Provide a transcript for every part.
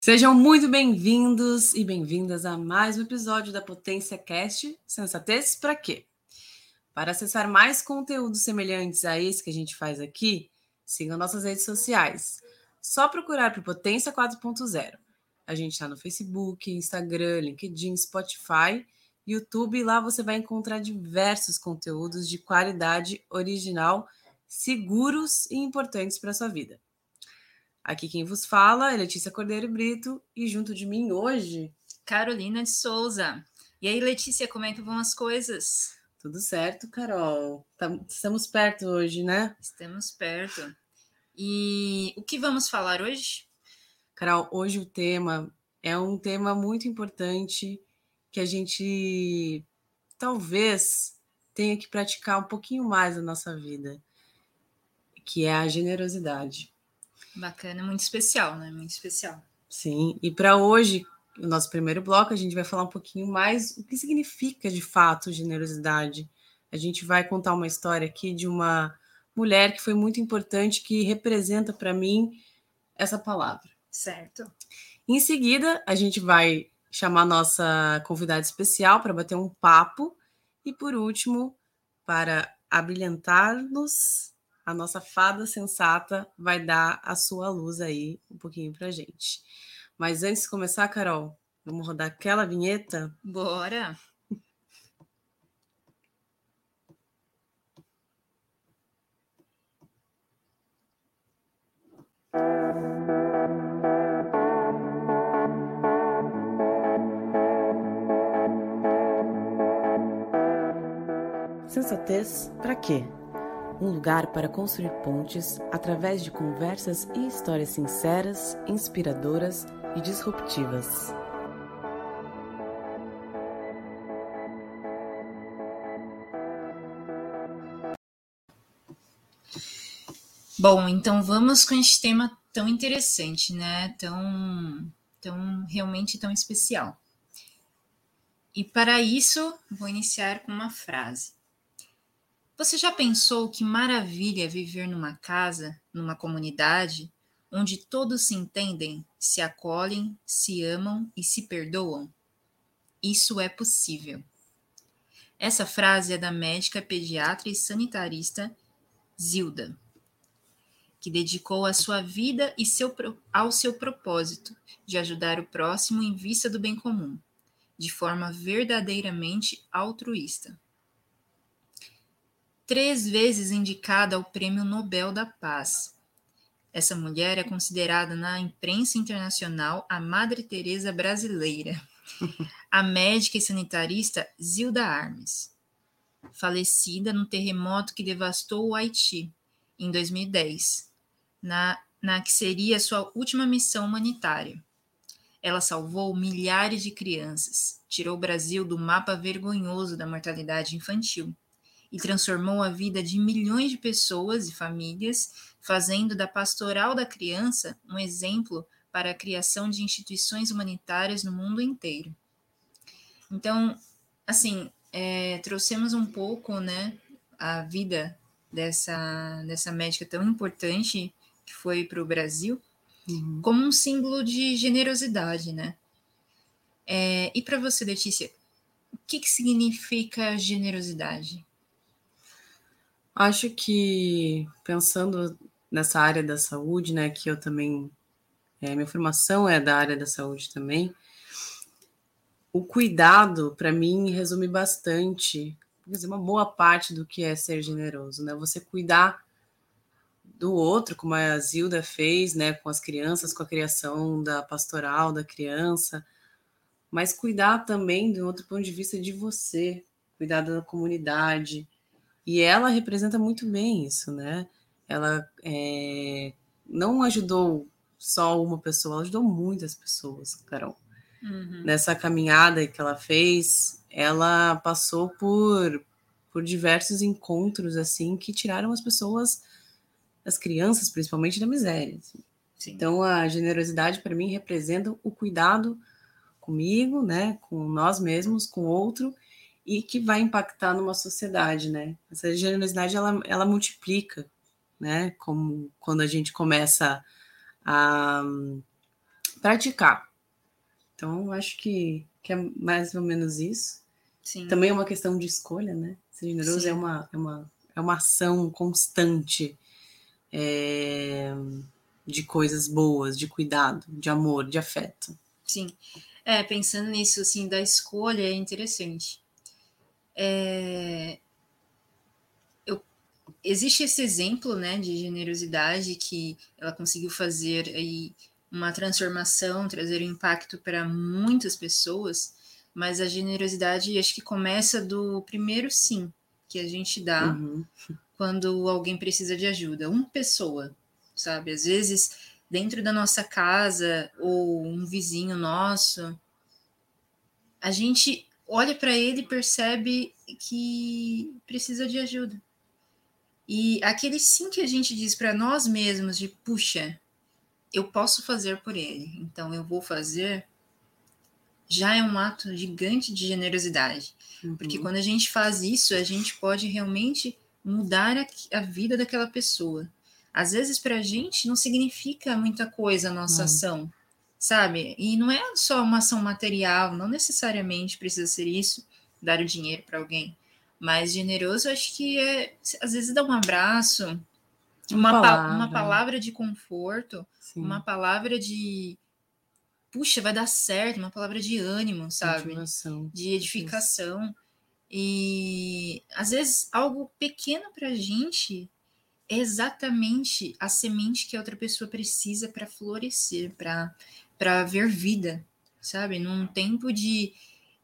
Sejam muito bem-vindos e bem-vindas a mais um episódio da Potência Cast. Sensatez para quê? Para acessar mais conteúdos semelhantes a esse que a gente faz aqui, sigam nossas redes sociais. Só procurar por Potência 4.0. A gente está no Facebook, Instagram, LinkedIn, Spotify, YouTube, e lá você vai encontrar diversos conteúdos de qualidade original, seguros e importantes para a sua vida. Aqui quem vos fala é Letícia Cordeiro Brito e junto de mim hoje... Carolina de Souza. E aí, Letícia, como é que vão as coisas? Tudo certo, Carol. Estamos perto hoje, né? Estamos perto. E o que vamos falar hoje? Carol, hoje o tema é um tema muito importante que a gente talvez tenha que praticar um pouquinho mais na nossa vida, que é a generosidade. Bacana, muito especial, né? Muito especial. Sim, e para hoje, o nosso primeiro bloco, a gente vai falar um pouquinho mais o que significa de fato generosidade. A gente vai contar uma história aqui de uma mulher que foi muito importante, que representa para mim essa palavra. Certo. Em seguida, a gente vai chamar nossa convidada especial para bater um papo. E por último, para abrilhantar-nos, a nossa fada sensata vai dar a sua luz aí um pouquinho para a gente. Mas antes de começar, Carol, vamos rodar aquela vinheta? Bora! Sensatez para quê? Um lugar para construir pontes através de conversas e histórias sinceras, inspiradoras e disruptivas. Bom, então vamos com este tema tão interessante, né? Realmente tão especial. E para isso, vou iniciar com uma frase. Você já pensou que maravilha é viver numa casa, numa comunidade, onde todos se entendem, se acolhem, se amam e se perdoam? Isso é possível. Essa frase é da médica pediatra e sanitarista Zilda, que dedicou a sua vida e ao seu propósito de ajudar o próximo em vista do bem comum, de forma verdadeiramente altruísta. 3 vezes indicada ao Prêmio Nobel da Paz. Essa mulher é considerada na imprensa internacional a Madre Teresa brasileira, a médica e sanitarista Zilda Armes, falecida no terremoto que devastou o Haiti em 2010, na que seria sua última missão humanitária. Ela salvou milhares de crianças, tirou o Brasil do mapa vergonhoso da mortalidade infantil e transformou a vida de milhões de pessoas e famílias, fazendo da Pastoral da Criança um exemplo para a criação de instituições humanitárias no mundo inteiro. Então, assim, trouxemos um pouco, né, a vida dessa médica tão importante que foi para o Brasil, como um símbolo de generosidade, né? E para você, Letícia, o que significa generosidade? Acho que, pensando nessa área da saúde, né, que eu também... minha formação é da área da saúde também. O cuidado, para mim, resume bastante, quer dizer, uma boa parte do que é ser generoso, né? Você cuidar do outro, como a Zilda fez, né, com as crianças, com a criação da pastoral da criança, mas cuidar também de um outro ponto de vista de você, cuidar da comunidade. E ela representa muito bem isso, né? Ela não ajudou só uma pessoa, ela ajudou muitas pessoas, Carol. Nessa caminhada que ela fez, ela passou por diversos encontros assim que tiraram as pessoas, as crianças principalmente, da miséria. Assim. Então a generosidade para mim representa o cuidado comigo, né, com nós mesmos, com o outro, e que vai impactar numa sociedade, né? Essa generosidade ela multiplica, né? Como quando a gente começa a praticar. Então, eu acho que é mais ou menos isso. Sim. Também é uma questão de escolha, né? Ser generoso é uma ação constante de coisas boas, de cuidado, de amor, de afeto. Sim. Pensando nisso, assim, da escolha é interessante. Existe esse exemplo, né, de generosidade que ela conseguiu fazer aí uma transformação, trazer um impacto para muitas pessoas, mas a generosidade acho que começa do primeiro sim que a gente dá quando alguém precisa de ajuda. Uma pessoa, sabe? Às vezes, dentro da nossa casa ou um vizinho nosso, a gente olha para ele e percebe que precisa de ajuda. E aquele sim que a gente diz para nós mesmos de, puxa, eu posso fazer por ele, então eu vou fazer, já é um ato gigante de generosidade. Porque quando a gente faz isso, a gente pode realmente mudar a vida daquela pessoa. Às vezes, para a gente, não significa muita coisa a nossa ação, sabe? E não é só uma ação material, não necessariamente precisa ser isso, dar o dinheiro para alguém. Mas generoso, acho que às vezes, dar um abraço, uma palavra de conforto, sim, uma palavra de puxa, vai dar certo, uma palavra de ânimo, sabe? Motivação. De edificação. Isso. E às vezes algo pequeno pra gente é exatamente a semente que a outra pessoa precisa para florescer, para ver vida, sabe? Num tempo de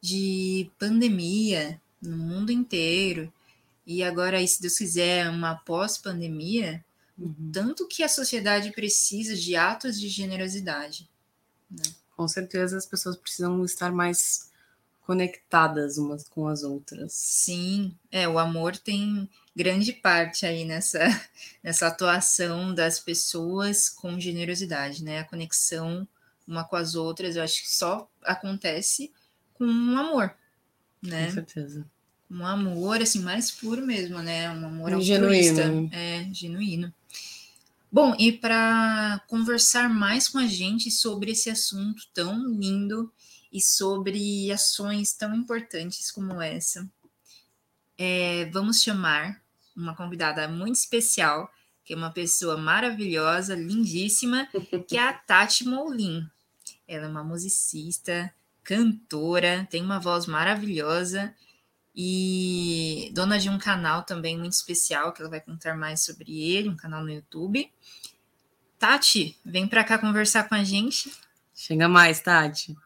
pandemia no mundo inteiro, e agora, se Deus quiser, uma pós-pandemia, tanto que a sociedade precisa de atos de generosidade. Né? Com certeza as pessoas precisam estar mais conectadas umas com as outras. Sim, o amor tem grande parte aí nessa atuação das pessoas com generosidade, né? A conexão uma com as outras, eu acho que só acontece com um amor, né? Com certeza. Um amor, assim, mais puro mesmo, né? Um amor altruísta. Genuíno. Genuíno. Bom, e para conversar mais com a gente sobre esse assunto tão lindo e sobre ações tão importantes como essa, vamos chamar uma convidada muito especial, que é uma pessoa maravilhosa, lindíssima, que é a Tati Moulin. Ela é uma musicista, cantora, tem uma voz maravilhosa e dona de um canal também muito especial, que ela vai contar mais sobre ele, um canal no YouTube. Tati, vem para cá conversar com a gente. Chega mais, Tati.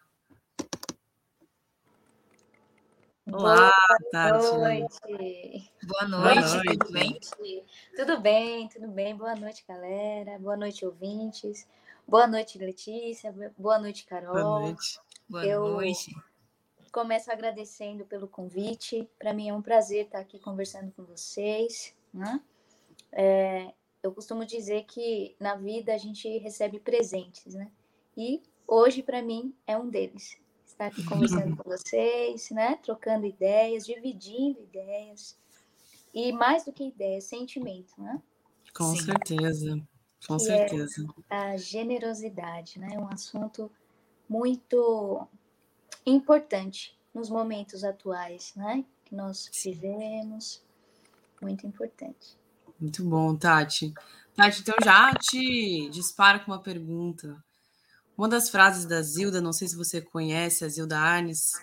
Olá, Tati. Boa noite, tudo bem? Tudo bem. Boa noite, galera. Boa noite, ouvintes. Boa noite, Letícia. Boa noite, Carol. Boa noite. Boa noite. Começo agradecendo pelo convite. Para mim é um prazer estar aqui conversando com vocês. Né? Eu costumo dizer que na vida a gente recebe presentes, né? E hoje, para mim, é um deles. Estar aqui conversando com vocês, né? Trocando ideias, dividindo ideias. E mais do que ideias, sentimento, né? Com certeza. Com certeza. É a generosidade, né? É um assunto muito importante nos momentos atuais, né? Que nós vivemos. Muito importante. Muito bom, Tati. Tati, então já te disparo com uma pergunta. Uma das frases da Zilda, não sei se você conhece a Zilda Arnes,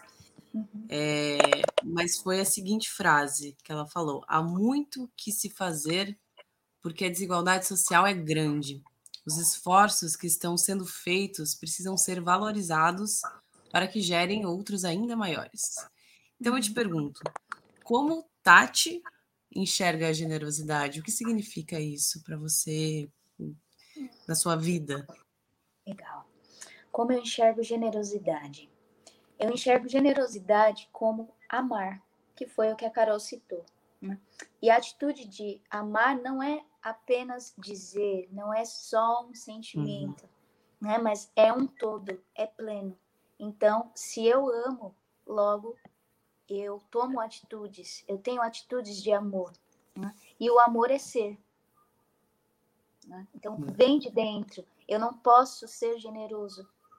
mas foi a seguinte frase que ela falou: há muito que se fazer porque a desigualdade social é grande. Os esforços que estão sendo feitos precisam ser valorizados para que gerem outros ainda maiores. Então eu te pergunto, como Tati enxerga a generosidade? O que significa isso para você na sua vida? Legal. Como eu enxergo generosidade? Eu enxergo generosidade como amar, que foi o que a Carol citou. Né? E a atitude de amar não é apenas dizer, não é só um sentimento, né? Mas é um todo, é pleno. Então, se eu amo, logo eu tomo atitudes, eu tenho atitudes de amor. Né? E o amor é ser. Né? Então, vem de dentro. Eu não posso ser generoso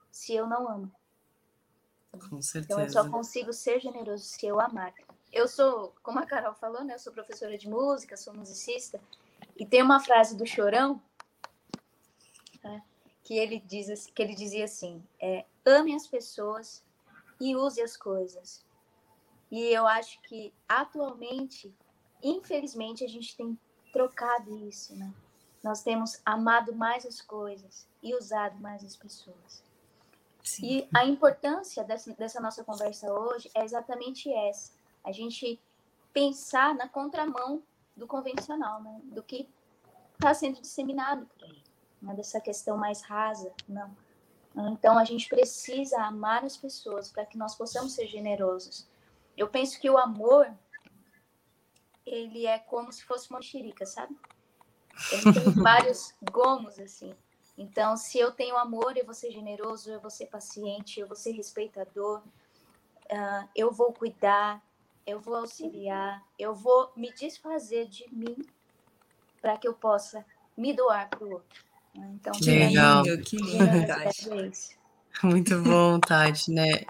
se eu não amo. Com certeza. Então, eu só consigo ser generoso se eu amar. Eu sou, como a Carol falou, né? Eu sou professora de música, sou musicista. E tem uma frase do Chorão, né, que ele dizia assim, ame as pessoas e use as coisas. E eu acho que, atualmente, infelizmente, a gente tem trocado isso, né? Nós temos amado mais as coisas e usado mais as pessoas. Sim. E a importância dessa nossa conversa hoje é exatamente essa. A gente pensar na contramão do convencional, né? Do que está sendo disseminado por aí. Né? Dessa questão mais rasa, não. Então, a gente precisa amar as pessoas para que nós possamos ser generosos. Eu penso que o amor, ele é como se fosse uma mexerica, sabe? Ele tem vários gomos, assim. Então, se eu tenho amor, eu vou ser generoso, eu vou ser paciente, eu vou ser respeitador, eu vou cuidar, eu vou auxiliar, eu vou me desfazer de mim para que eu possa me doar para o outro. Então, que legal. Que lindo, Tati. É isso. Muito bom, Tati, né?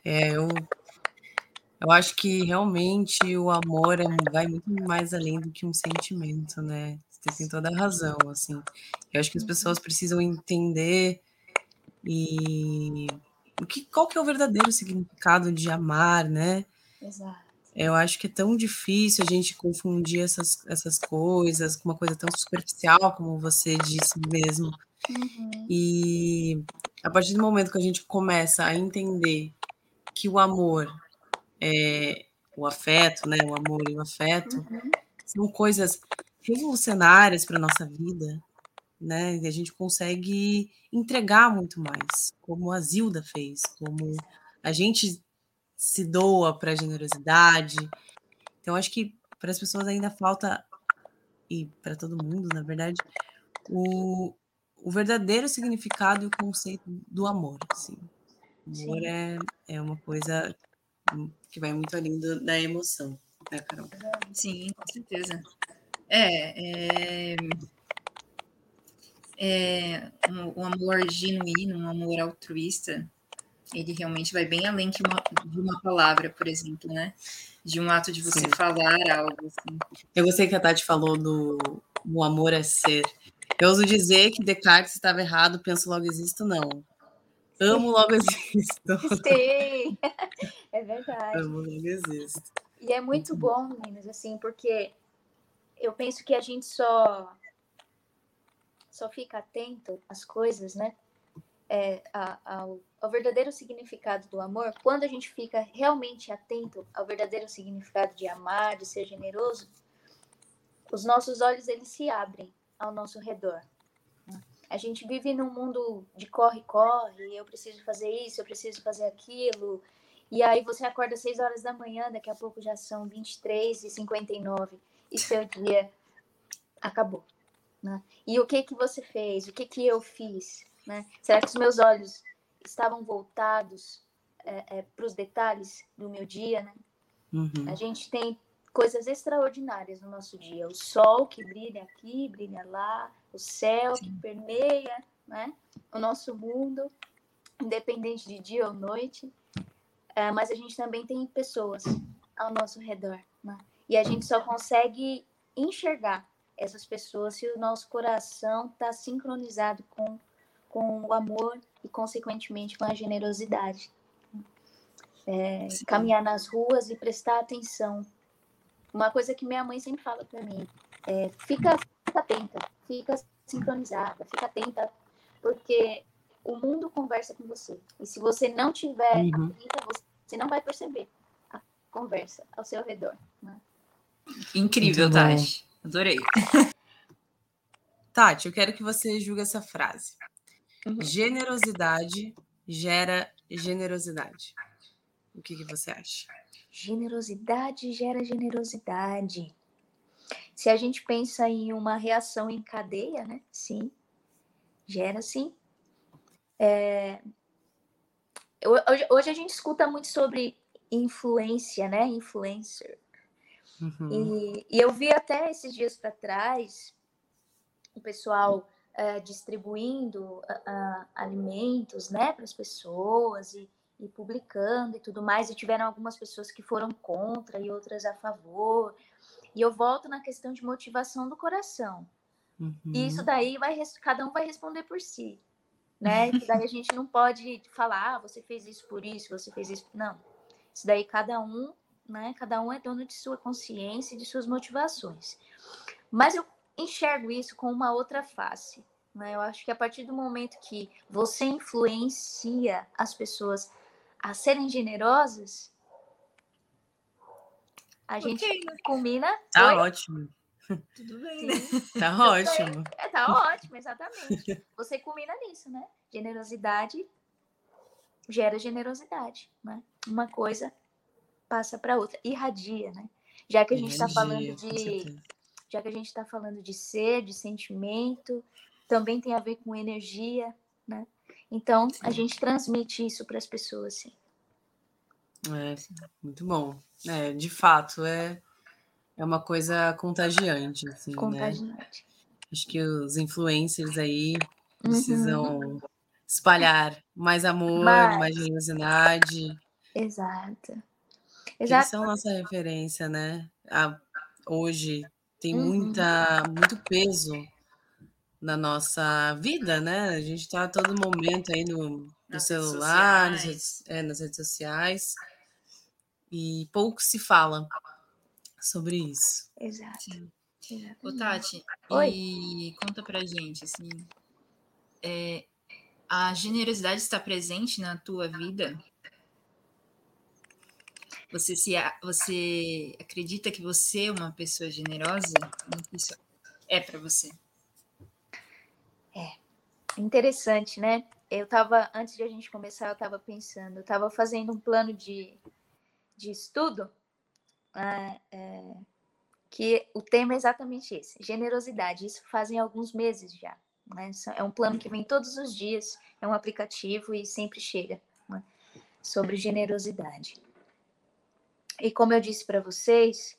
Eu acho que realmente o amor vai muito mais além do que um sentimento, né? Você tem toda a razão, assim. Eu acho que as pessoas precisam entender qual que é o verdadeiro significado de amar, né? Exato. Eu acho que é tão difícil a gente confundir essas coisas com uma coisa tão superficial, como você disse mesmo. E a partir do momento que a gente começa a entender que o amor o afeto, né? O amor e o afeto são coisas revolucionárias para a nossa vida, né? E a gente consegue entregar muito mais, como a Zilda fez, como a gente se doa para a generosidade. Então, acho que para as pessoas ainda falta, e para todo mundo, na verdade, o verdadeiro significado e o conceito do amor, assim. O amor é uma coisa que vai muito além da emoção, né, Carol? Sim, com certeza. Um amor genuíno, um amor altruísta, ele realmente vai bem além de uma palavra, por exemplo, né? De um ato de você falar algo. Assim. Eu gostei que a Tati falou do amor é ser. Eu ouso dizer que Descartes estava errado, penso logo existo, não. Amo logo existo. Sim, é verdade. Amo logo existo. E é muito bom, meninas, assim, porque eu penso que a gente só fica atento às coisas, né? Ao verdadeiro significado do amor, quando a gente fica realmente atento ao verdadeiro significado de amar, de ser generoso, os nossos olhos eles se abrem ao nosso redor. A gente vive num mundo de corre-corre, eu preciso fazer isso, eu preciso fazer aquilo, e aí você acorda às 6 horas da manhã, daqui a pouco já são 23h59, e seu dia acabou. Né? E o que você fez? O que eu fiz? Né? Será que os meus olhos estavam voltados para os detalhes do meu dia? Né? A gente tem coisas extraordinárias no nosso dia. O sol que brilha aqui, brilha lá, o céu que permeia, né, o nosso mundo, independente de dia ou noite. Mas a gente também tem pessoas ao nosso redor. Né? E a gente só consegue enxergar essas pessoas se o nosso coração está sincronizado com o amor e, consequentemente, com a generosidade. Caminhar nas ruas e prestar atenção. Uma coisa que minha mãe sempre fala para mim fica atenta, fica sincronizada, fica atenta, porque o mundo conversa com você. E se você não tiver atenta, você não vai perceber a conversa ao seu redor. Né? Incrível, Tati. Adorei. Tati, eu quero que você julgue essa frase. Generosidade gera generosidade. O que você acha? Generosidade gera generosidade. Se a gente pensa em uma reação em cadeia, né? Sim, gera sim. Hoje a gente escuta muito sobre influência, né? Influencer. E eu vi até esses dias para trás o pessoal distribuindo alimentos, né, para as pessoas e publicando e tudo mais, e tiveram algumas pessoas que foram contra e outras a favor. E eu volto na questão de motivação do coração. E isso daí cada um vai responder por si, né? Que daí a gente não pode falar, você fez isso por isso, você fez isso. Não. Isso daí cada um, né? Cada um é dono de sua consciência e de suas motivações. Mas eu enxergo isso com uma outra face, né? Eu acho que a partir do momento que você influencia as pessoas a serem generosas, a gente combina... Tá Oi? ótimo. Tudo bem, né? Tá ótimo. Tá ótimo, exatamente. Você combina nisso, né? Generosidade gera generosidade, né? Uma coisa passa para outra, irradia, né? Já que a gente está falando de ser, de sentimento, também tem a ver com energia, né? Então, a gente transmite isso para as pessoas, sim. Muito bom. De fato, é uma coisa contagiante, assim, Contagiante. Né? Acho que os influencers aí precisam espalhar mais amor, mais generosidade. Exato. Eles são nossa referência, né? Hoje tem muito peso na nossa vida, né? A gente está a todo momento aí no celular, nas redes sociais, e pouco se fala sobre isso. Exato. Ô, Tati, Oi. E conta pra gente, assim, a generosidade está presente na tua vida? Você acredita que você é uma pessoa generosa? Como que isso é para você? Interessante, né? Antes de a gente começar, eu estava pensando, eu estava fazendo um plano de estudo, que o tema é exatamente esse, generosidade. Isso fazem alguns meses já, né? É um plano que vem todos os dias, é um aplicativo e sempre chega, né? Sobre generosidade. E como eu disse para vocês,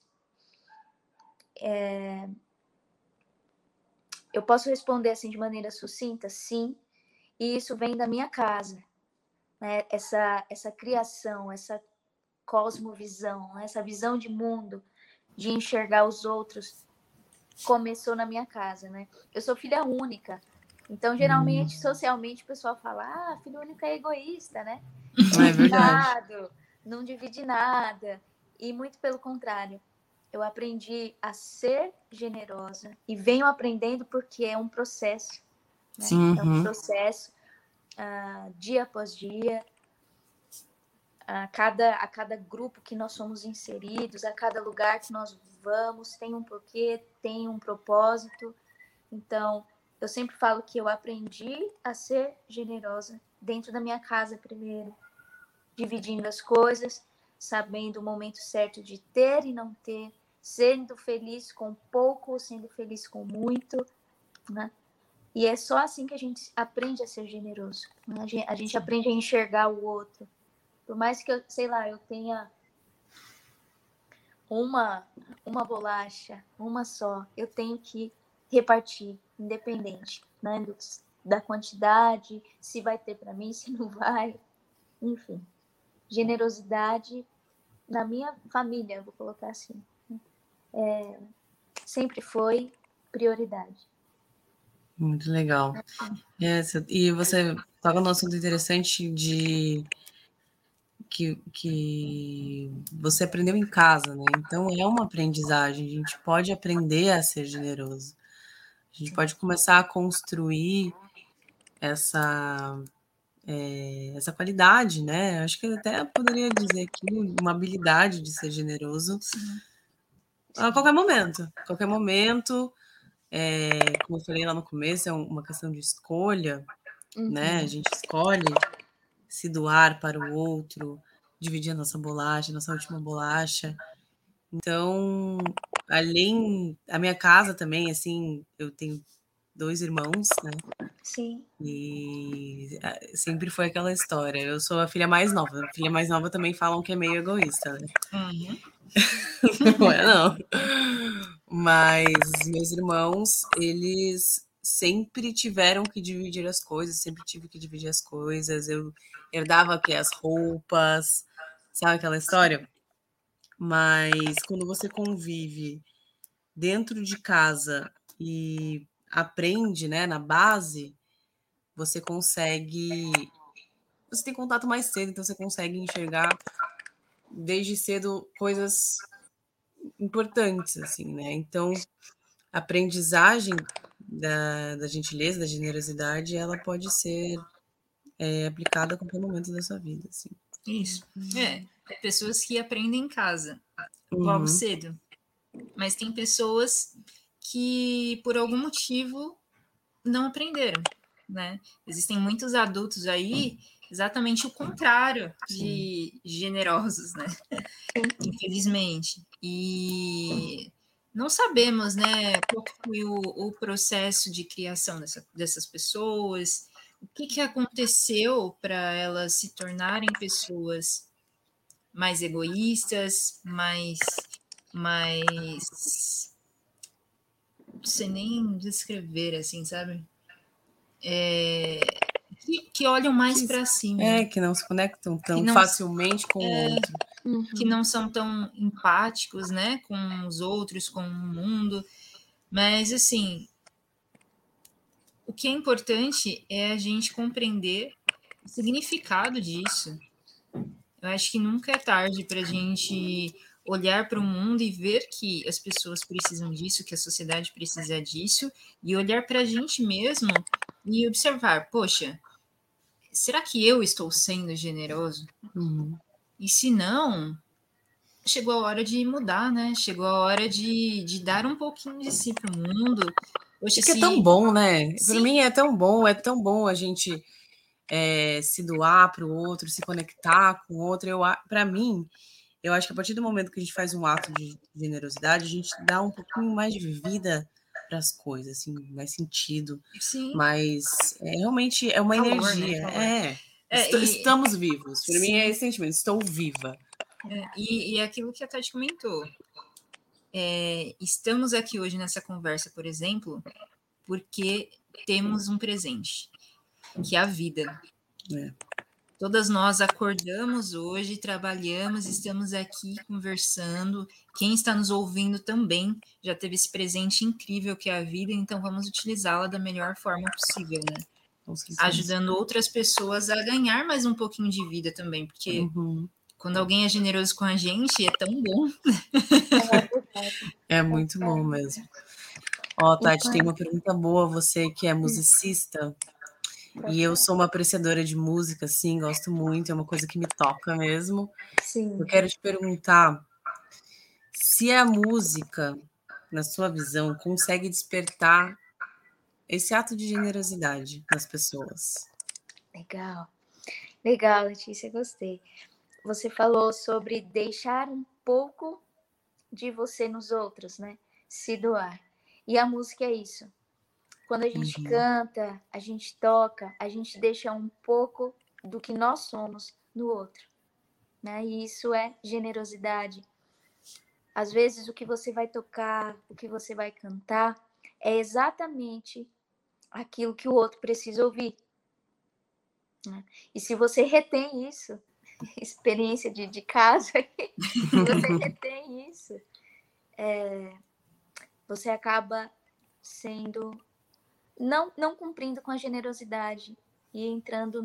eu posso responder assim de maneira sucinta, sim, e isso vem da minha casa, né? Essa criação, essa cosmovisão, essa visão de mundo, de enxergar os outros, começou na minha casa, né? Eu sou filha única, então geralmente, socialmente, o pessoal fala, filha única é egoísta, né? É verdade. Não divide nada, e muito pelo contrário. Eu aprendi a ser generosa e venho aprendendo porque é um processo, né? É um processo, dia após dia, a cada grupo que nós somos inseridos, a cada lugar que nós vamos, tem um porquê, tem um propósito. Então, eu sempre falo que eu aprendi a ser generosa dentro da minha casa primeiro, dividindo as coisas, sabendo o momento certo de ter e não ter, sendo feliz com pouco ou sendo feliz com muito, né? E é só assim que a gente aprende a ser generoso, né? A gente aprende a enxergar o outro. Por mais que eu tenha uma bolacha, uma só, eu tenho que repartir, independente, né? Da quantidade, se vai ter para mim, se não vai, enfim. Generosidade na minha família, vou colocar assim, sempre foi prioridade. Muito legal. E você toca num assunto interessante que você aprendeu em casa, né? Então é uma aprendizagem, a gente pode aprender a ser generoso. A gente pode começar a construir essa qualidade, né? Acho que eu até poderia dizer aqui uma habilidade de ser generoso. A qualquer momento. A qualquer momento, como eu falei lá no começo, é uma questão de escolha, né? A gente escolhe se doar para o outro, dividir a nossa bolacha, nossa última bolacha. Então, a minha casa também, assim, eu tenho 2 irmãos, né? Sim. E sempre foi aquela história. Eu sou a filha mais nova. A filha mais nova também falam que é meio egoísta, né? Não é, não. Mas meus irmãos, eles sempre tiveram que dividir as coisas, sempre tive que dividir as coisas, eu herdava aqui as roupas, sabe aquela história? Mas quando você convive dentro de casa e aprende, né, na base, você consegue. Você tem contato mais cedo, então você consegue enxergar desde cedo coisas importantes, assim, né? Então, a aprendizagem da gentileza, da generosidade, ela pode ser aplicada a qualquer momento da sua vida, assim. Isso. Pessoas que aprendem em casa, logo cedo. Mas tem pessoas que, por algum motivo, não aprenderam, né? Existem muitos adultos aí exatamente o contrário de generosos, né? Infelizmente. E não sabemos, né, qual foi o processo de criação dessas pessoas, o que aconteceu para elas se tornarem pessoas mais egoístas, mais não sei nem descrever, assim, sabe? Que olham mais para cima. Que não se conectam tão não, facilmente com o outro. Que não são tão empáticos, né, com os outros, com o mundo. Mas, assim, o que é importante é a gente compreender o significado disso. Eu acho que nunca é tarde para a gente olhar para o mundo e ver que as pessoas precisam disso, que a sociedade precisa disso, e olhar para a gente mesmo e observar, poxa, será que eu estou sendo generoso? E se não, chegou a hora de mudar, né? Chegou a hora de dar um pouquinho de si para o mundo. Poxa, Porque é tão bom, né? Para mim é tão bom a gente se doar para o outro, se conectar com o outro. Para mim, eu acho que a partir do momento que a gente faz um ato de generosidade, a gente dá um pouquinho mais de vida para as coisas, assim, mais sentido. Sim. Mas realmente é uma energia. Né? Estamos vivos. Para mim é esse sentimento, estou viva. E aquilo que a Tati comentou. Estamos aqui hoje nessa conversa, por exemplo, porque temos um presente, que é a vida. Todas nós acordamos hoje, trabalhamos, estamos aqui conversando. Quem está nos ouvindo também já teve esse presente incrível que é a vida, então vamos utilizá-la da melhor forma possível, né? Ajudando outras pessoas a ganhar mais um pouquinho de vida também, porque quando alguém é generoso com a gente, é tão bom. É muito bom mesmo. Tati, tem uma pergunta boa, você que é musicista. E eu sou uma apreciadora de música, sim, gosto muito, é uma coisa que me toca mesmo. Sim. Eu quero te perguntar se a música, na sua visão, consegue despertar esse ato de generosidade nas pessoas. Legal, Letícia, gostei. Você falou sobre deixar um pouco de você nos outros, né? Se doar. E a música é isso. Quando a gente canta, a gente toca, a gente deixa um pouco do que nós somos no outro, né? E isso é generosidade. Às vezes o que você vai tocar, o que você vai cantar, é exatamente aquilo que o outro precisa ouvir. Né? E se você retém isso, experiência de casa, se você retém isso, você acaba sendo... Não cumprindo com a generosidade e entrando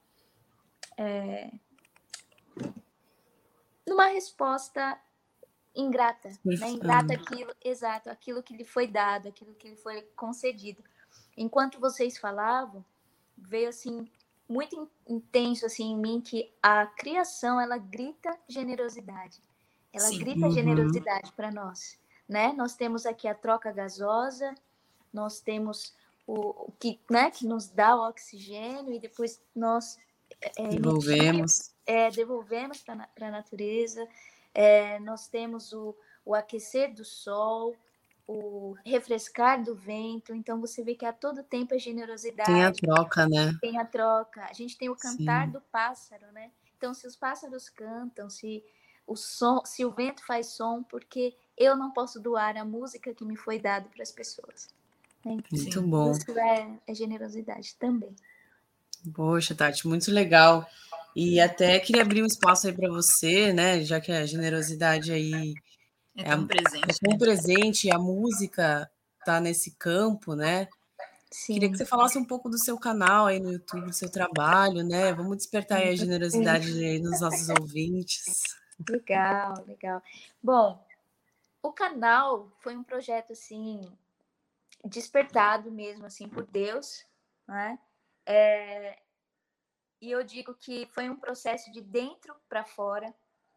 numa resposta ingrata, né? Ingrata aquilo que lhe foi dado, aquilo que lhe foi concedido. Enquanto vocês falavam, veio assim muito intenso assim em mim que a criação ela grita generosidade, ela grita generosidade para nós, né? Nós temos aqui a troca gasosa, nós temos o que, né, que nos dá o oxigênio e depois nós devolvemos para a natureza. Nós temos o aquecer do sol, o refrescar do vento. Então você vê que a todo tempo é generosidade. Tem a troca, né? Tem a troca. A gente tem o cantar do pássaro, né? Então se os pássaros cantam, se o vento faz som, porque eu não posso doar a música que me foi dada para as pessoas. Muito bom. Isso é generosidade também. Poxa, Tati, muito legal. E até queria abrir um espaço aí para você, né? Já que a generosidade aí é tão presente. É tão presente, e a música tá nesse campo, né? Sim. Queria que você falasse um pouco do seu canal aí no YouTube, do seu trabalho, né? Vamos despertar aí a generosidade aí nos nossos ouvintes. Legal, legal. Bom, o canal foi um projeto assim despertado mesmo assim por Deus, né? E eu digo que foi um processo de dentro para fora,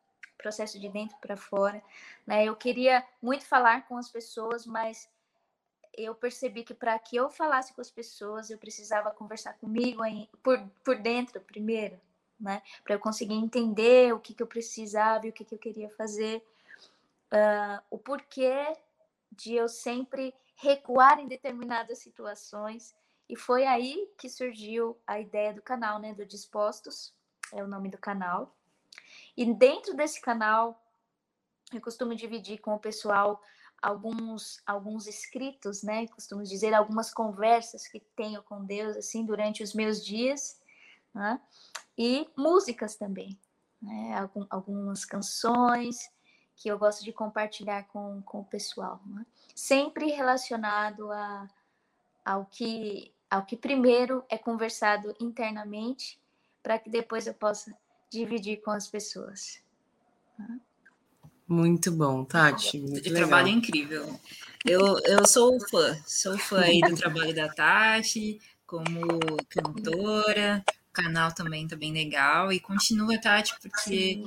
né? Eu queria muito falar com as pessoas, mas eu percebi que para que eu falasse com as pessoas, eu precisava conversar comigo por dentro primeiro, né? Para eu conseguir entender o que eu precisava e o que eu queria fazer, o porquê de eu sempre recuar em determinadas situações. E foi aí que surgiu a ideia do canal, né? Do Dispostos, é o nome do canal. E dentro desse canal, eu costumo dividir com o pessoal alguns escritos, né? Costumo dizer algumas conversas que tenho com Deus assim durante os meus dias, né? E músicas também, né? Algumas canções que eu gosto de compartilhar com o pessoal, né? Sempre relacionado ao que primeiro é conversado internamente, para que depois eu possa dividir com as pessoas. Muito bom, Tati. Muito De legal. trabalho incrível. Eu sou fã aí do trabalho da Tati, como cantora, o canal também tá bem legal, e continua, Tati, porque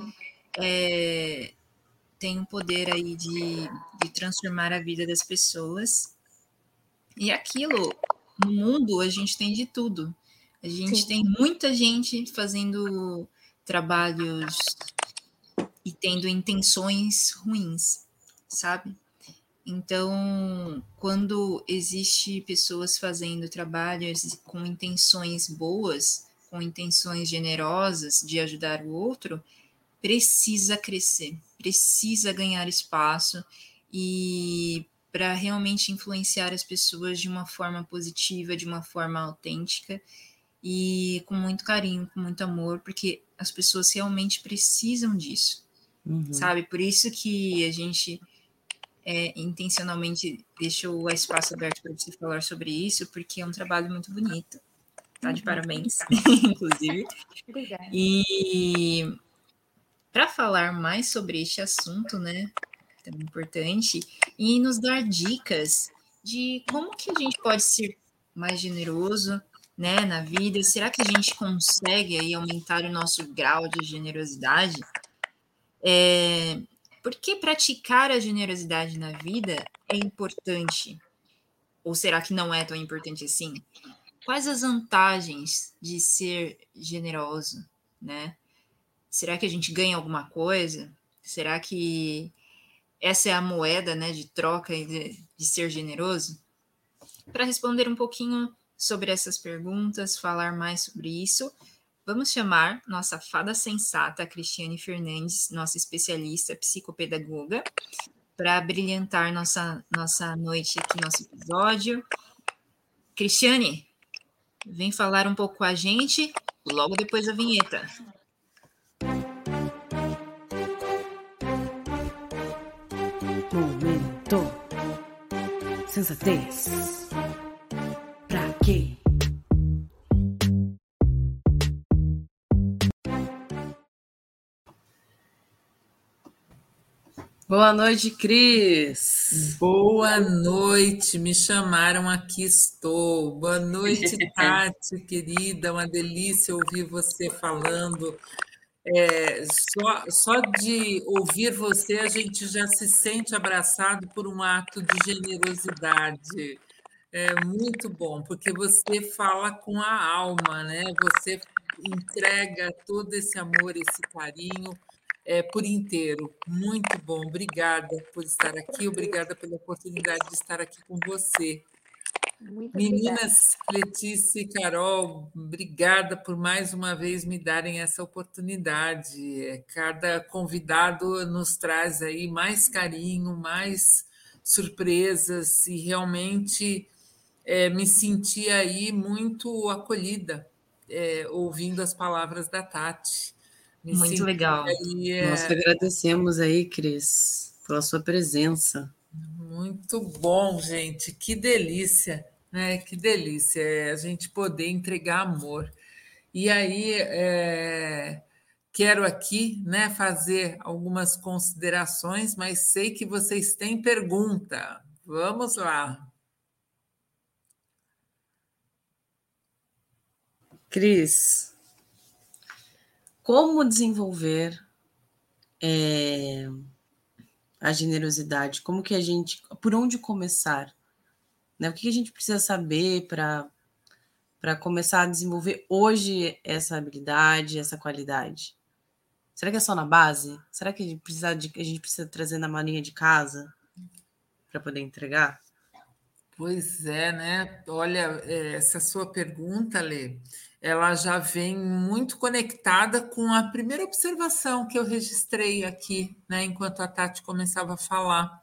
tem um poder aí de transformar a vida das pessoas. E aquilo, no mundo, a gente tem de tudo. A gente Sim. tem muita gente fazendo trabalhos e tendo intenções ruins, sabe? Então, quando existe pessoas fazendo trabalhos com intenções boas, com intenções generosas de ajudar o outro, precisa crescer, precisa ganhar espaço e para realmente influenciar as pessoas de uma forma positiva, de uma forma autêntica e com muito carinho, com muito amor, porque as pessoas realmente precisam disso, sabe? Por isso que a gente intencionalmente deixou o espaço aberto para você falar sobre isso, porque é um trabalho muito bonito, tá? De parabéns, inclusive. Obrigada. E para falar mais sobre este assunto, né, tão importante, e nos dar dicas de como que a gente pode ser mais generoso, né, na vida. Será que a gente consegue aí aumentar o nosso grau de generosidade? Por que praticar a generosidade na vida é importante? Ou será que não é tão importante assim? Quais as vantagens de ser generoso, né? Será que a gente ganha alguma coisa? Será que essa é a moeda, né, de troca de ser generoso? Para responder um pouquinho sobre essas perguntas, falar mais sobre isso, vamos chamar nossa fada sensata, Cristiane Fernandes, nossa especialista psicopedagoga, para brilhantar nossa noite aqui, nosso episódio. Cristiane, vem falar um pouco com a gente logo depois da vinheta. Momento. Sensatez. Pra quê? Boa noite, Cris. Boa noite, me chamaram, aqui estou. Boa noite, Tati, querida, uma delícia ouvir você falando. Só de ouvir você, a gente já se sente abraçado por um ato de generosidade. É muito bom, porque você fala com a alma, né? Você entrega todo esse amor, esse carinho por inteiro. Muito bom. Obrigada por estar aqui, obrigada pela oportunidade de estar aqui com você. Muito Meninas, Letícia e Carol, obrigada por mais uma vez me darem essa oportunidade. Cada convidado nos traz aí mais carinho, mais surpresas e realmente me senti aí muito acolhida, ouvindo as palavras da Tati. Me Muito senti legal. aí, Nós que agradecemos aí, Cris, pela sua presença. muito bom, gente. Que delícia, né? Que delícia a gente poder entregar amor. E aí, quero aqui, né, fazer algumas considerações, mas sei que vocês têm pergunta. Vamos lá. Cris, como desenvolver a generosidade? Como que a gente, por onde começar? Né? O que a gente precisa saber para começar a desenvolver hoje essa habilidade, essa qualidade? Será que é só na base? Será que a gente precisa trazer na malinha de casa para poder entregar? Pois é, né? Olha, essa sua pergunta, Lê, ela já vem muito conectada com a primeira observação que eu registrei aqui, né, enquanto a Tati começava a falar.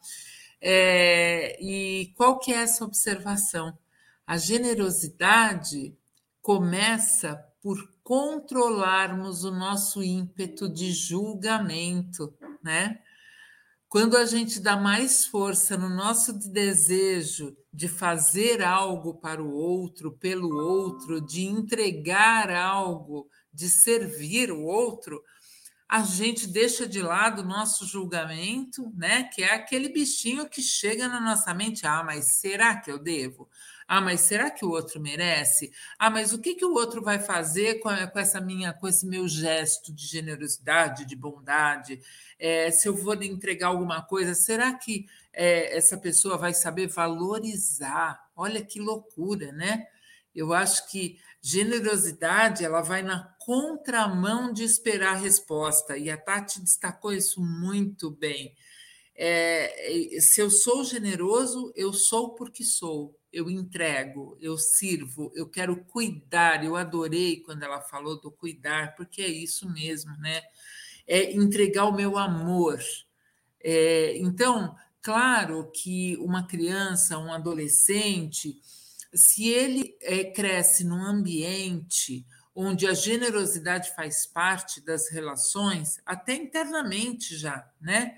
E qual que é essa observação? A generosidade começa por controlarmos o nosso ímpeto de julgamento, né? Quando a gente dá mais força no nosso desejo de fazer algo para o outro, pelo outro, de entregar algo, de servir o outro, a gente deixa de lado o nosso julgamento, né? Que é aquele bichinho que chega na nossa mente: ah, mas será que eu devo? Ah, mas será que o outro merece? Ah, mas o que, que o outro vai fazer com esse meu gesto de generosidade, de bondade? Se eu vou lhe entregar alguma coisa, será que essa pessoa vai saber valorizar? Olha que loucura, né? Eu acho que generosidade ela vai na contramão de esperar a resposta, e a Tati destacou isso muito bem. Se eu sou generoso, eu sou porque sou, eu entrego, eu sirvo, eu quero cuidar. Eu adorei quando ela falou do cuidar, porque é isso mesmo, né? É entregar o meu amor. Então, claro que uma criança, um adolescente, se ele cresce num ambiente onde a generosidade faz parte das relações, até internamente já, né?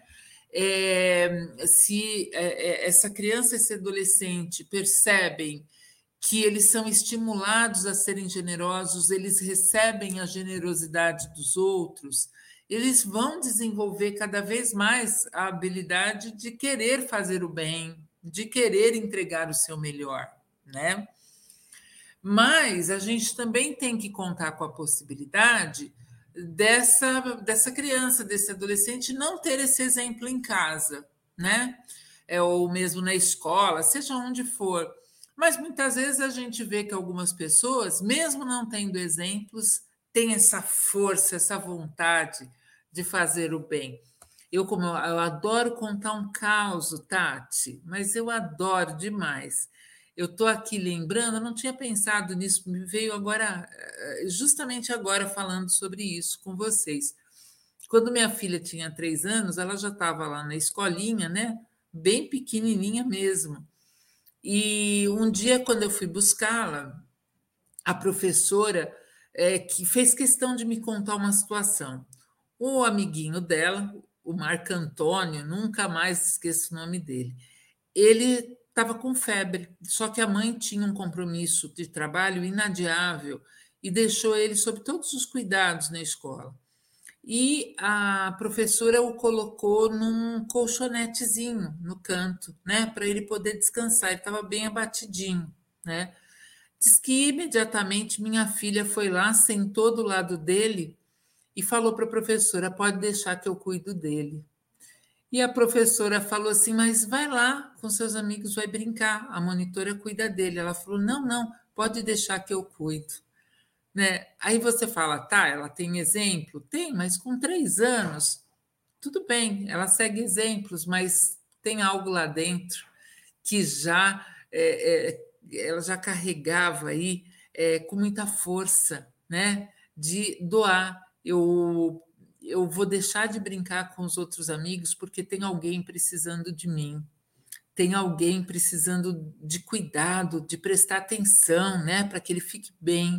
Se essa criança, esse adolescente percebem que eles são estimulados a serem generosos, eles recebem a generosidade dos outros, eles vão desenvolver cada vez mais a habilidade de querer fazer o bem, de querer entregar o seu melhor, né? Mas a gente também tem que contar com a possibilidade dessa criança, desse adolescente, não ter esse exemplo em casa, né? Ou mesmo na escola, seja onde for. Mas muitas vezes a gente vê que algumas pessoas, mesmo não tendo exemplos, têm essa força, essa vontade de fazer o bem. Eu adoro contar um caos, Tati, mas eu adoro demais. Eu estou aqui lembrando, eu não tinha pensado nisso, me veio agora, justamente agora, falando sobre isso com vocês. Quando minha filha tinha 3 anos, ela já estava lá na escolinha, né? Bem pequenininha mesmo. E um dia, quando eu fui buscá-la, a professora que fez questão de me contar uma situação. O amiguinho dela, o Marco Antônio, nunca mais esqueço o nome dele, ele estava com febre, só que a mãe tinha um compromisso de trabalho inadiável e deixou ele sob todos os cuidados na escola. E a professora o colocou num colchonetezinho no canto, né, para ele poder descansar. Ele estava bem abatidinho, né? Diz que imediatamente minha filha foi lá, sentou do lado dele e falou para a professora: pode deixar que eu cuido dele. E a professora falou assim: mas vai lá com seus amigos, vai brincar, a monitora cuida dele. Ela falou: não, não, pode deixar que eu cuido. Né? Aí você fala: tá, ela tem exemplo? Tem, mas com 3 anos, tudo bem, ela segue exemplos, mas tem algo lá dentro que já ela já carregava aí com muita força, né? De doar. Eu vou deixar de brincar com os outros amigos porque tem alguém precisando de mim. tem alguém precisando de cuidado, de prestar atenção, né, para que ele fique bem.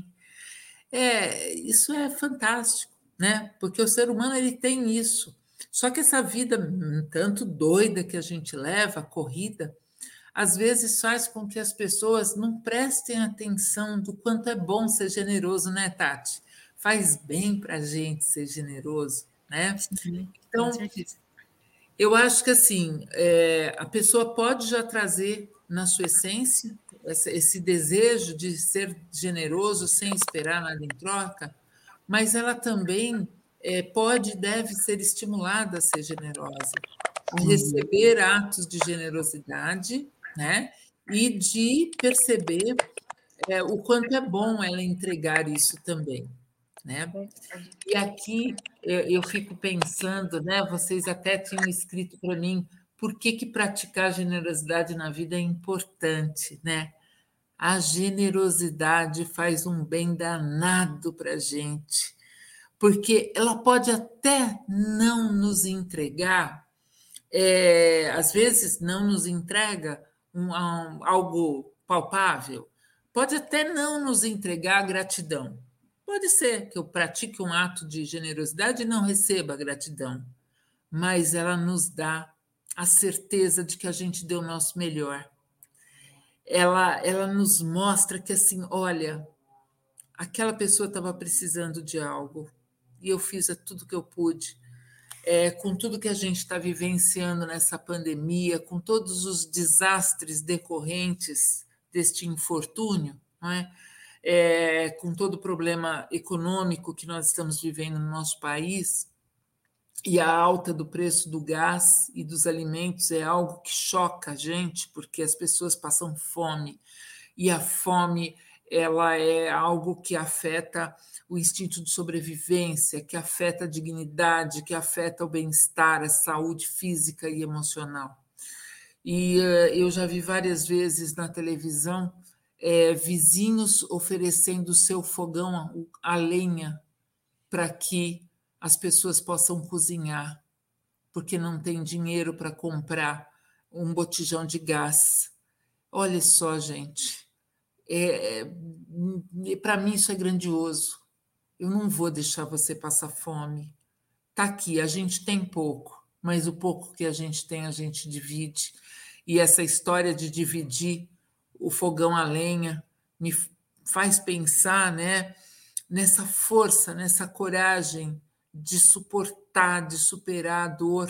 Isso é fantástico, né? Porque o ser humano ele tem isso. Só que essa vida tanto doida que a gente leva, corrida, às vezes faz com que as pessoas não prestem atenção do quanto é bom ser generoso, né, Tati? Faz bem para a gente ser generoso, né? Sim, com Então, certeza. eu acho que assim, a pessoa pode já trazer na sua essência esse desejo de ser generoso sem esperar nada em troca, mas ela também pode e deve ser estimulada a ser generosa, a receber atos de generosidade, né? E de perceber o quanto é bom ela entregar isso também, né? E aqui eu fico pensando, né? Vocês até tinham escrito para mim por que praticar generosidade na vida é importante, né? A generosidade faz um bem danado para a gente, porque ela pode até não nos entregar, às vezes não nos entrega algo palpável, pode até não nos entregar gratidão. Pode ser que eu pratique um ato de generosidade e não receba gratidão, mas ela nos dá a certeza de que a gente deu o nosso melhor. Ela nos mostra que, assim, olha, aquela pessoa estava precisando de algo e eu fiz tudo que eu pude. Com tudo que a gente está vivenciando nessa pandemia, com todos os desastres decorrentes deste infortúnio, não é? Com todo o problema econômico que nós estamos vivendo no nosso país, e a alta do preço do gás e dos alimentos é algo que choca a gente, porque as pessoas passam fome, e a fome ela é algo que afeta o instinto de sobrevivência, que afeta a dignidade, que afeta o bem-estar, a saúde física e emocional. E eu já vi várias vezes na televisão vizinhos oferecendo o seu fogão a lenha para que as pessoas possam cozinhar, porque não tem dinheiro para comprar um botijão de gás. Olha só, gente, para mim isso é grandioso. Eu não vou deixar você passar fome. Está aqui, a gente tem pouco, mas o pouco que a gente divide. E essa história de dividir o fogão a lenha me faz pensar, né, nessa força, nessa coragem de suportar, de superar a dor,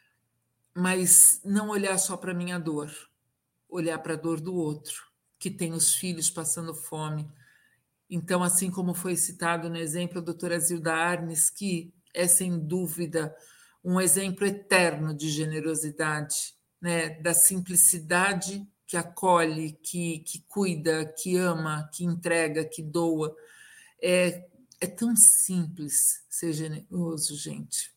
mas não olhar só para a minha dor, olhar para a dor do outro, que tem os filhos passando fome. Então, assim como foi citado no exemplo da doutora Zilda Arnes, que é, sem dúvida, um exemplo eterno de generosidade, né? Da simplicidade que acolhe, que cuida, que ama, que entrega, que doa. É tão simples ser generoso, gente.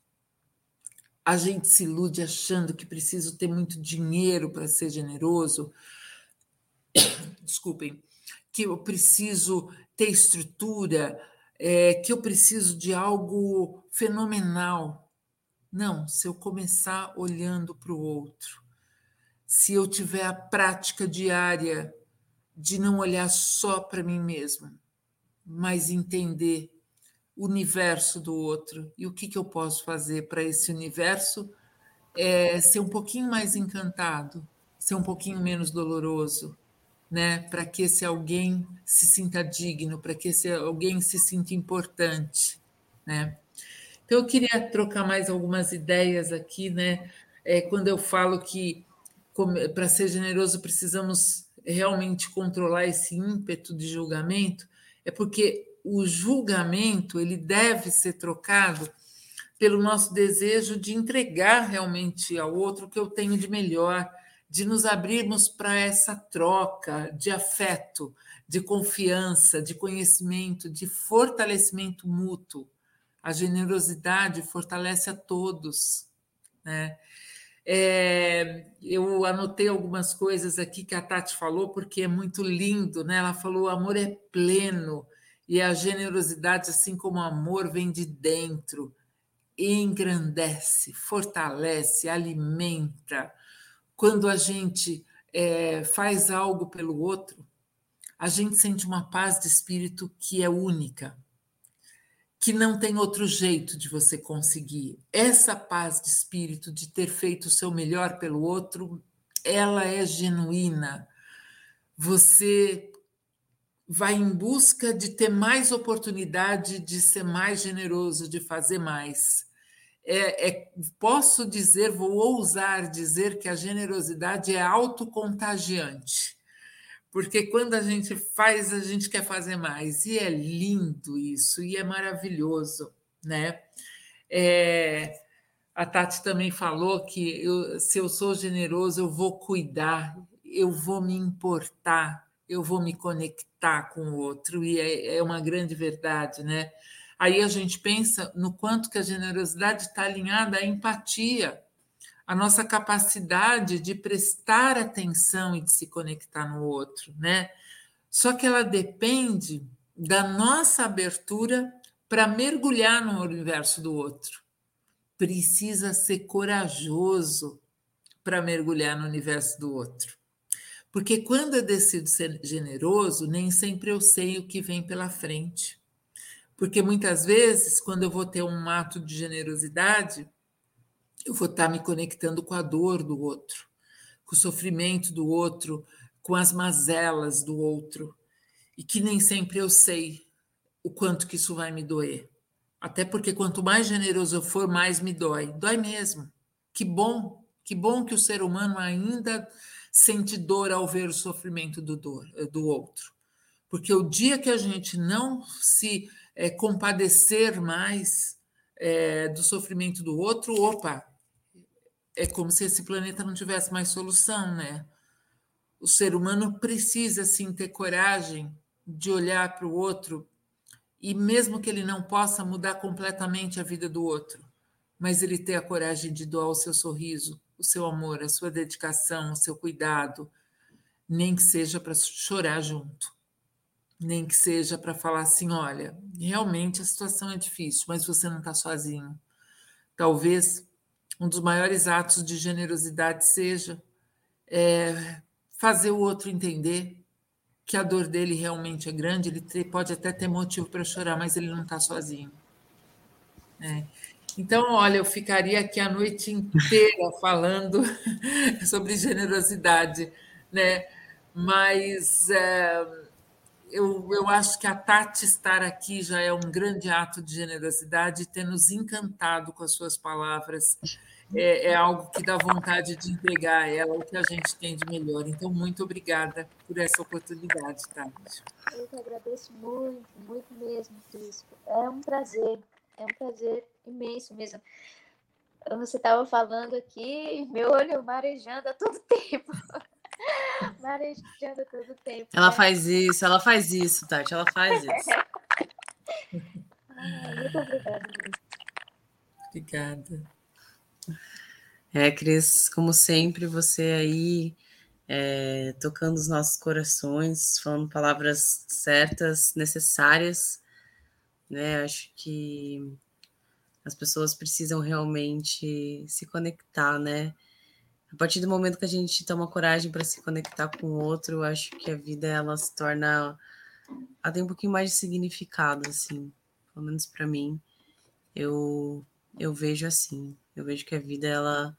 A gente se ilude achando que preciso ter muito dinheiro para ser generoso. Desculpem, que eu preciso ter estrutura, que eu preciso de algo fenomenal. Não, se eu começar olhando para o outro, se eu tiver a prática diária de não olhar só para mim mesmo, mas entender o universo do outro e o que eu posso fazer para esse universo ser um pouquinho mais encantado, ser um pouquinho menos doloroso, né? Para que esse alguém se sinta digno, para que esse alguém se sinta importante, né? Então, eu queria trocar mais algumas ideias aqui, né? Quando eu falo que para ser generoso precisamos realmente controlar esse ímpeto de julgamento, é porque o julgamento ele deve ser trocado pelo nosso desejo de entregar realmente ao outro o que eu tenho de melhor, de nos abrirmos para essa troca de afeto, de confiança, de conhecimento, de fortalecimento mútuo. A generosidade fortalece a todos, né? Eu anotei algumas coisas aqui que a Tati falou, porque é muito lindo, né? Ela falou: o amor é pleno e a generosidade, assim como o amor, vem de dentro, engrandece, fortalece, alimenta. quando a gente faz algo pelo outro, a gente sente uma paz de espírito que é única, que não tem outro jeito de você conseguir. Essa paz de espírito de ter feito o seu melhor pelo outro, ela é genuína. Você vai em busca de ter mais oportunidade de ser mais generoso, de fazer mais. Posso dizer, vou ousar dizer que a generosidade é autocontagiante, porque quando a gente faz, a gente quer fazer mais, e é lindo isso, e é maravilhoso, né? A Tati também falou que se eu sou generoso, eu vou cuidar, eu vou me importar, eu vou me conectar com o outro, e é uma grande verdade, né? Aí a gente pensa no quanto que a generosidade está alinhada à empatia, a nossa capacidade de prestar atenção e de se conectar no outro, né? Só que ela depende da nossa abertura para mergulhar no universo do outro. Precisa ser corajoso para mergulhar no universo do outro. Porque quando eu decido ser generoso, nem sempre eu sei o que vem pela frente. Porque muitas vezes, quando eu vou ter um ato de generosidade, eu vou estar me conectando com a dor do outro, com o sofrimento do outro, com as mazelas do outro, e que nem sempre eu sei o quanto que isso vai me doer. Até porque quanto mais generoso eu for, mais me dói. Dói mesmo. Que bom que o ser humano ainda sente dor ao ver o sofrimento do outro. Porque o dia que a gente não se compadecer mais do sofrimento do outro, opa, é como se esse planeta não tivesse mais solução, né? O ser humano precisa, sim, ter coragem de olhar para o outro, e mesmo que ele não possa mudar completamente a vida do outro, mas ele ter a coragem de doar o seu sorriso, o seu amor, a sua dedicação, o seu cuidado, nem que seja para chorar junto, nem que seja para falar assim, olha, realmente a situação é difícil, mas você não está sozinho. Talvez um dos maiores atos de generosidade seja fazer o outro entender que a dor dele realmente é grande, ele pode até ter motivo para chorar, mas ele não está sozinho. Então, olha, eu ficaria aqui a noite inteira falando sobre generosidade, né? Mas eu acho que a Tati estar aqui já é um grande ato de generosidade, ter nos encantado com as suas palavras. É algo que dá vontade de entregar a ela o que a gente tem de melhor. Então, muito obrigada por essa oportunidade, Tati. Eu que agradeço muito, muito mesmo, Cris. É um prazer imenso mesmo. Você estava falando aqui, meu olho marejando a todo tempo. Marejando a todo tempo. Ela faz isso, Tati, ela faz isso. Muito obrigada. Obrigada. Cris, como sempre, você aí tocando os nossos corações, falando palavras certas, necessárias, né? Acho que as pessoas precisam realmente se conectar, né? A partir do momento que a gente toma coragem para se conectar com o outro, eu acho que a vida ela se torna, ela tem um pouquinho mais de significado, assim, pelo menos para mim. Eu vejo assim, eu vejo que a vida ela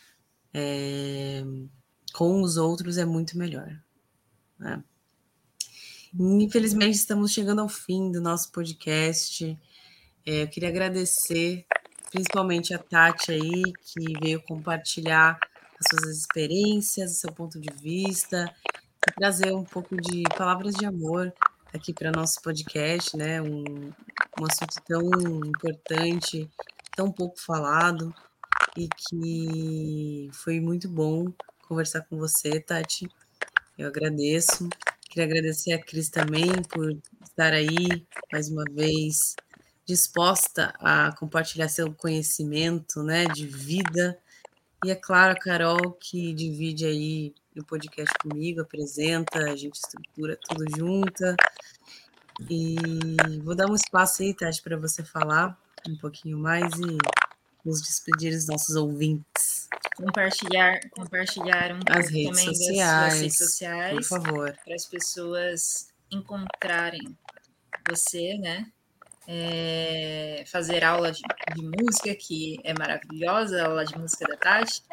com os outros é muito melhor, né? Infelizmente estamos chegando ao fim do nosso podcast. Eu queria agradecer principalmente a Tati aí, que veio compartilhar as suas experiências, o seu ponto de vista, e trazer um pouco de palavras de amor aqui para nosso podcast, né? Um assunto tão importante, tão pouco falado, e que foi muito bom conversar com você, Tati. Eu agradeço. Queria agradecer a Cris também por estar aí mais uma vez, disposta a compartilhar seu conhecimento, né, de vida. E é claro, a Carol, que divide aí o podcast comigo, apresenta, a gente estrutura tudo junta. E vou dar um espaço aí, Tati, para você falar um pouquinho mais e nos despedir dos nossos ouvintes. compartilhar um As pouco redes também das sociais, redes por sociais, favor. para as pessoas encontrarem você, né? Fazer aula de música, que é maravilhosa, a aula de música da Tati.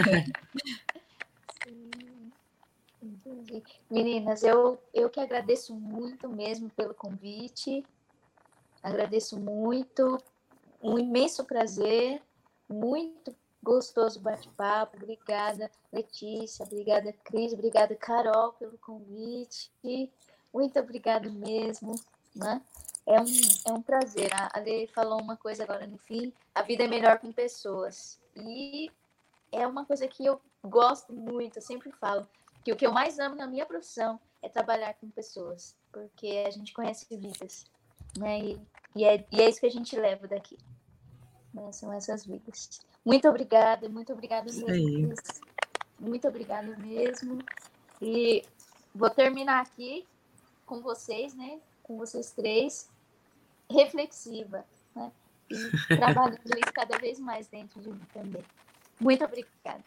Sim, entendi. Meninas, eu que agradeço muito mesmo pelo convite. Agradeço muito, um imenso prazer, muito gostoso bate-papo. Obrigada, Letícia, obrigada, Cris, obrigada, Carol, pelo convite. Muito obrigado mesmo, né? É um prazer. A Lê falou uma coisa agora no fim: a vida é melhor com pessoas. E é uma coisa que eu gosto muito, eu sempre falo que o que eu mais amo na minha profissão é trabalhar com pessoas, porque a gente conhece vidas, né? E é isso que a gente leva daqui, né? São essas vidas. Muito obrigada Isso mesmo, aí. Cris. Muito obrigada mesmo. E vou terminar aqui com vocês, né? Com vocês três, reflexiva, né? E trabalhando isso cada vez mais dentro de mim também. Muito obrigada.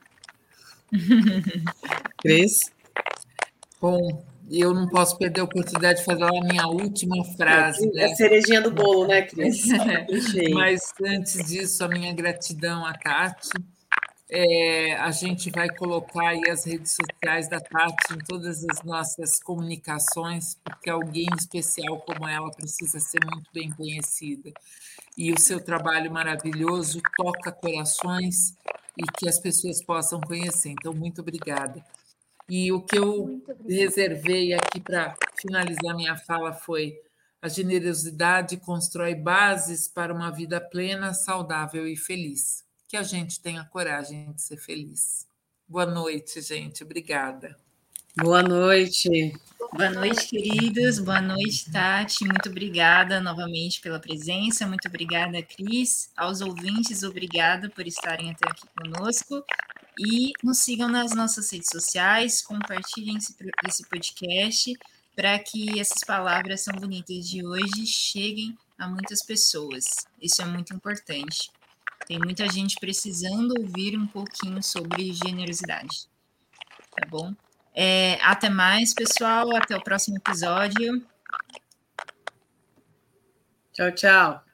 Cris? Bom, eu não posso perder a oportunidade de fazer a minha última frase, É a né? cerejinha do bolo, né, Cris? Deixa aí. Mas antes disso, a minha gratidão à Tati. A gente vai colocar aí as redes sociais da Tati em todas as nossas comunicações, porque alguém especial como ela precisa ser muito bem conhecida. E o seu trabalho maravilhoso toca corações e que as pessoas possam conhecer. Então, muito obrigada. E o que eu reservei aqui para finalizar minha fala foi: a generosidade constrói bases para uma vida plena, saudável e feliz. Que a gente tenha coragem de ser feliz. Boa noite, gente. Obrigada. Boa noite. Boa noite, queridos. Boa noite, Tati. Muito obrigada novamente pela presença. Muito obrigada, Cris. Aos ouvintes, obrigada por estarem até aqui conosco. E nos sigam nas nossas redes sociais, compartilhem esse podcast para que essas palavras tão bonitas de hoje cheguem a muitas pessoas. Isso é muito importante. Tem muita gente precisando ouvir um pouquinho sobre generosidade. Tá bom? Até mais, pessoal. Até o próximo episódio. Tchau, tchau.